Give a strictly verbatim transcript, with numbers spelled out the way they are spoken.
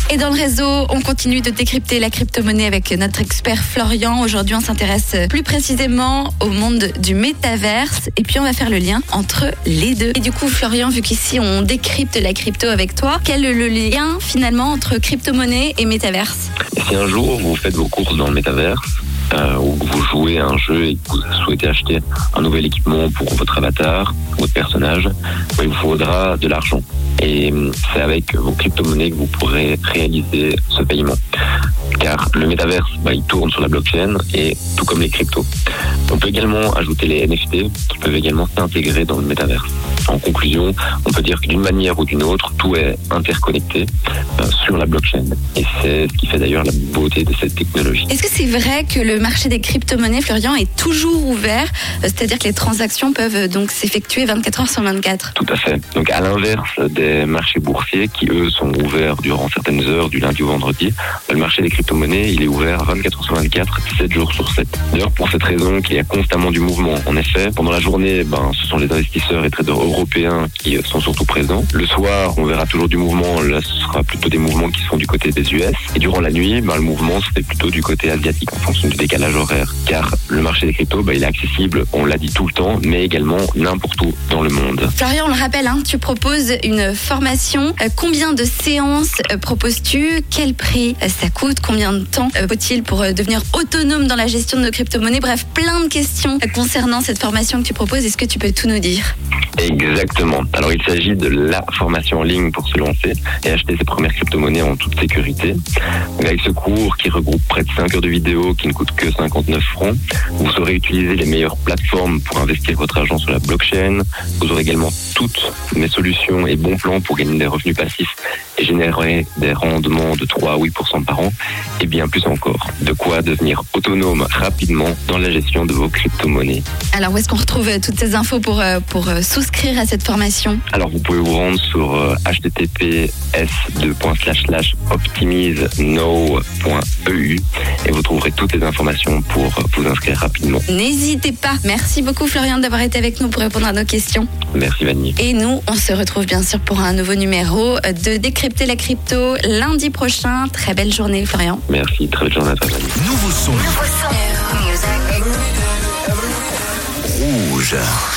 Et dans le réseau, on continue de décrypter la crypto-monnaie avec notre expert Florian. Aujourd'hui, on s'intéresse plus précisément au monde du métaverse. Et puis, on va faire le lien entre les deux. Et du coup, Florian, vu qu'ici, on décrypte la crypto avec toi, quel est le lien finalement entre crypto-monnaie et métaverse ? Et si un jour, vous faites vos courses dans le métaverse, Euh, ou que vous jouez à un jeu et que vous souhaitez acheter un nouvel équipement pour votre avatar, votre personnage, il vous faudra de l'argent. Et c'est avec vos crypto-monnaies que vous pourrez réaliser ce paiement. Car le métaverse, bah, il tourne sur la blockchain et tout comme les cryptos. On peut également ajouter les N F T qui peuvent également s'intégrer dans le métaverse. En conclusion, on peut dire que d'une manière ou d'une autre, tout est interconnecté euh, sur la blockchain. Et c'est ce qui fait d'ailleurs la beauté de cette technologie. Est-ce que c'est vrai que le marché des crypto-monnaies, Florian, est toujours ouvert ? C'est-à-dire que les transactions peuvent donc s'effectuer vingt-quatre heures sur vingt-quatre ? Tout à fait. Donc à l'inverse des marchés boursiers qui, eux, sont ouverts durant certaines heures du lundi au vendredi, le marché des crypto-monnaies, il est ouvert vingt-quatre heures sur vingt-quatre, sept jours sur sept. D'ailleurs, pour cette raison qu'il y a constamment du mouvement. En effet, pendant la journée, ben, ce sont les investisseurs et traders européens qui sont surtout présents. Le soir, on verra toujours du mouvement. Là, ce sera plutôt des mouvements qui sont du côté des U S. Et durant la nuit, ben, le mouvement, c'était plutôt du côté asiatique en fonction du décalage horaire. Car le marché des cryptos, ben, il est accessible, on l'a dit tout le temps, mais également n'importe où dans le monde. Florian, on le rappelle, hein, tu proposes une formation. Euh, combien de séances euh, proposes-tu ? Quel prix euh, ça coûte ? Combien de temps euh, faut-il pour euh, devenir autonome dans la gestion de nos crypto-monnaies ? Bref, plein de questions euh, concernant cette formation que tu proposes. Est-ce que tu peux tout nous dire ? Exactement. Alors, il s'agit de la formation en ligne pour se lancer et acheter ses premières crypto-monnaies en toute sécurité. Donc, avec ce cours qui regroupe près de cinq heures de vidéo qui ne coûte que cinquante-neuf francs, vous saurez utiliser les meilleures plateformes pour investir votre argent sur la blockchain. Vous aurez également toutes mes solutions et bons plans pour gagner des revenus passifs et générer des rendements de trois à huit pour cent par an et bien plus encore. De quoi devenir autonome rapidement dans la gestion de vos crypto-monnaies. Alors, où est-ce qu'on retrouve euh, toutes ces infos pour, euh, pour euh, souscrire à cette formation ? Alors, vous pouvez vous rendre sur euh, h t t p s deux slash slash optimise now point e u et vous trouverez toutes les informations pour euh, vous inscrire rapidement. N'hésitez pas. Merci beaucoup, Florian, d'avoir été avec nous pour répondre à nos questions. Merci, Vanny. Et nous, on se retrouve bien sûr pour un nouveau numéro de Décrypter la crypto lundi prochain. Très belle journée, Florian. Merci, très belle journée à toi, Vanny. Nouveau son. Rouge.